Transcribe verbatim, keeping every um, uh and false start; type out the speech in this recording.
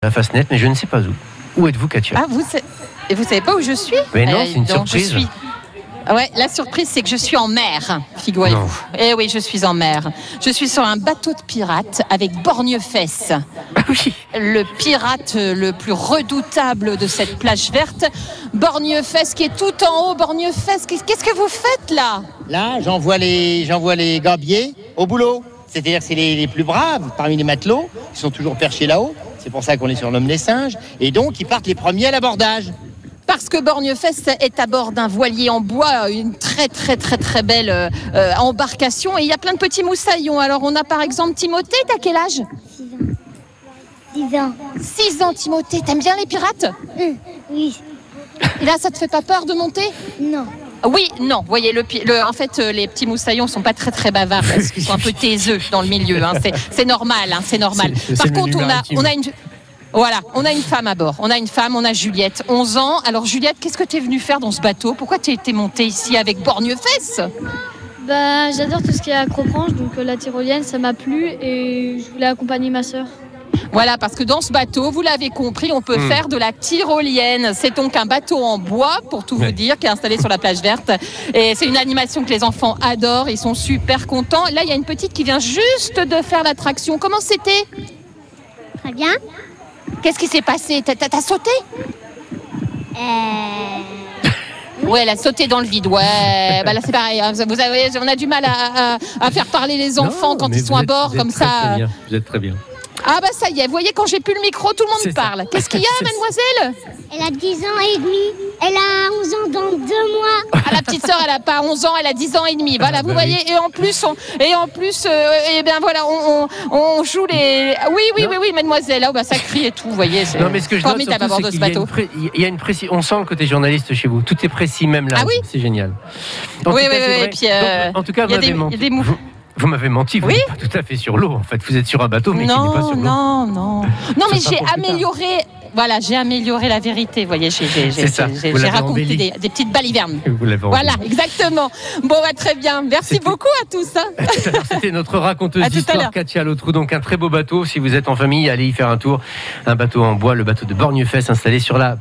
La face nette, mais je ne sais pas où. Où êtes-vous, Katia? Ah, vous, et vous savez pas où je suis? Mais non, euh, c'est une donc, surprise. Je suis... Ouais, la surprise, c'est que je suis en mer, figurez-vous. Eh oui, je suis en mer. Je suis sur un bateau de pirate avec Borgnefesse. Ah oui. Le pirate le plus redoutable de cette plage verte. Borgnefesse qui est tout en haut. Borgnefesse, qu'est-ce que vous faites là? Là, j'envoie les, j'envoie les gabiers au boulot. C'est-à-dire, c'est les, les plus braves parmi les matelots. Ils sont toujours perchés là-haut. C'est pour ça qu'on les surnomme les singes. Et donc, ils partent les premiers à l'abordage. Parce que Borgnefesse est à bord d'un voilier en bois, une très très très très belle euh, embarcation. Et il y a plein de petits moussaillons. Alors, on a par exemple Timothée. T'as quel âge? Six ans. Six ans, Timothée. T'aimes bien les pirates? Hum, oui. Et là, ça te fait pas peur de monter? Non. Oui, non. Vous voyez, le, le, en fait, les petits moussaillons sont pas très très bavards parce qu'ils sont un peu taiseux dans le milieu. Hein. C'est, c'est normal, hein, c'est normal. C'est, Par c'est contre, on a, on a une, voilà, on a une femme à bord. On a une femme, on a Juliette, onze ans. Alors Juliette, qu'est-ce que tu es venue faire dans ce bateau? Pourquoi tu es montée ici avec Borgnefesse? Bah, j'adore tout ce qui est acrobranche, donc euh, la tyrolienne, ça m'a plu et je voulais accompagner ma sœur. Voilà, parce que dans ce bateau, vous l'avez compris, on peut mmh. faire de la tyrolienne. C'est donc un bateau en bois, pour tout ouais. vous dire, qui est installé sur la plage verte. Et c'est une animation que les enfants adorent, ils sont super contents. Là, il y a une petite qui vient juste de faire l'attraction. Comment c'était? Très bien. Qu'est-ce qui s'est passé? T'as, t'as sauté? Euh... Ouais, elle a sauté dans le vide. Ouais, bah là c'est pareil. Hein. Vous avez, on a du mal à, à, à faire parler les enfants non, quand ils sont à bord êtes, comme très, ça. Très bien. Vous êtes très bien. Ah bah ça y est, vous voyez, quand j'ai plus le micro, tout le monde c'est parle. Ça. Qu'est-ce qu'il y a, mademoiselle? Elle a dix ans et demi. Elle a onze ans dans deux mois. Ah, la petite sœur, elle a pas onze ans, elle a dix ans et demi. Voilà, ah, vous bah voyez. Oui. Et en plus, on, et en plus, euh, et ben voilà, on, on, on joue les. Oui, oui, non. oui, oui, mademoiselle. Oh bah ça crie et tout, vous voyez. C'est non, mais ce que je formidable à bord de ce bateau. Pré... Il y a une précis. On sent le côté journaliste chez vous. Tout est précis, même là. Ah oui. C'est génial. En oui, tout oui, cas, oui. Et puis, euh, donc, en tout cas, il y a des, menti. Y a des mouvements. Vous m'avez menti, vous oui n'êtes pas tout à fait sur l'eau. En fait, vous êtes sur un bateau, mais non, qui n'est pas sur l'eau. Non, non, non. Mais j'ai amélioré. Voilà, j'ai amélioré la vérité. Vous voyez, j'ai, j'ai, j'ai, j'ai, j'ai raconté des, des petites balivernes. Vous l'avez voilà, exactement. Bon, bah, très bien. Merci c'était... beaucoup à tous. Hein. C'était notre raconteuse d'histoire, Katia Lotrou. Donc, un très beau bateau. Si vous êtes en famille, allez y faire un tour. Un bateau en bois, le bateau de Borgnefesse, installé sur la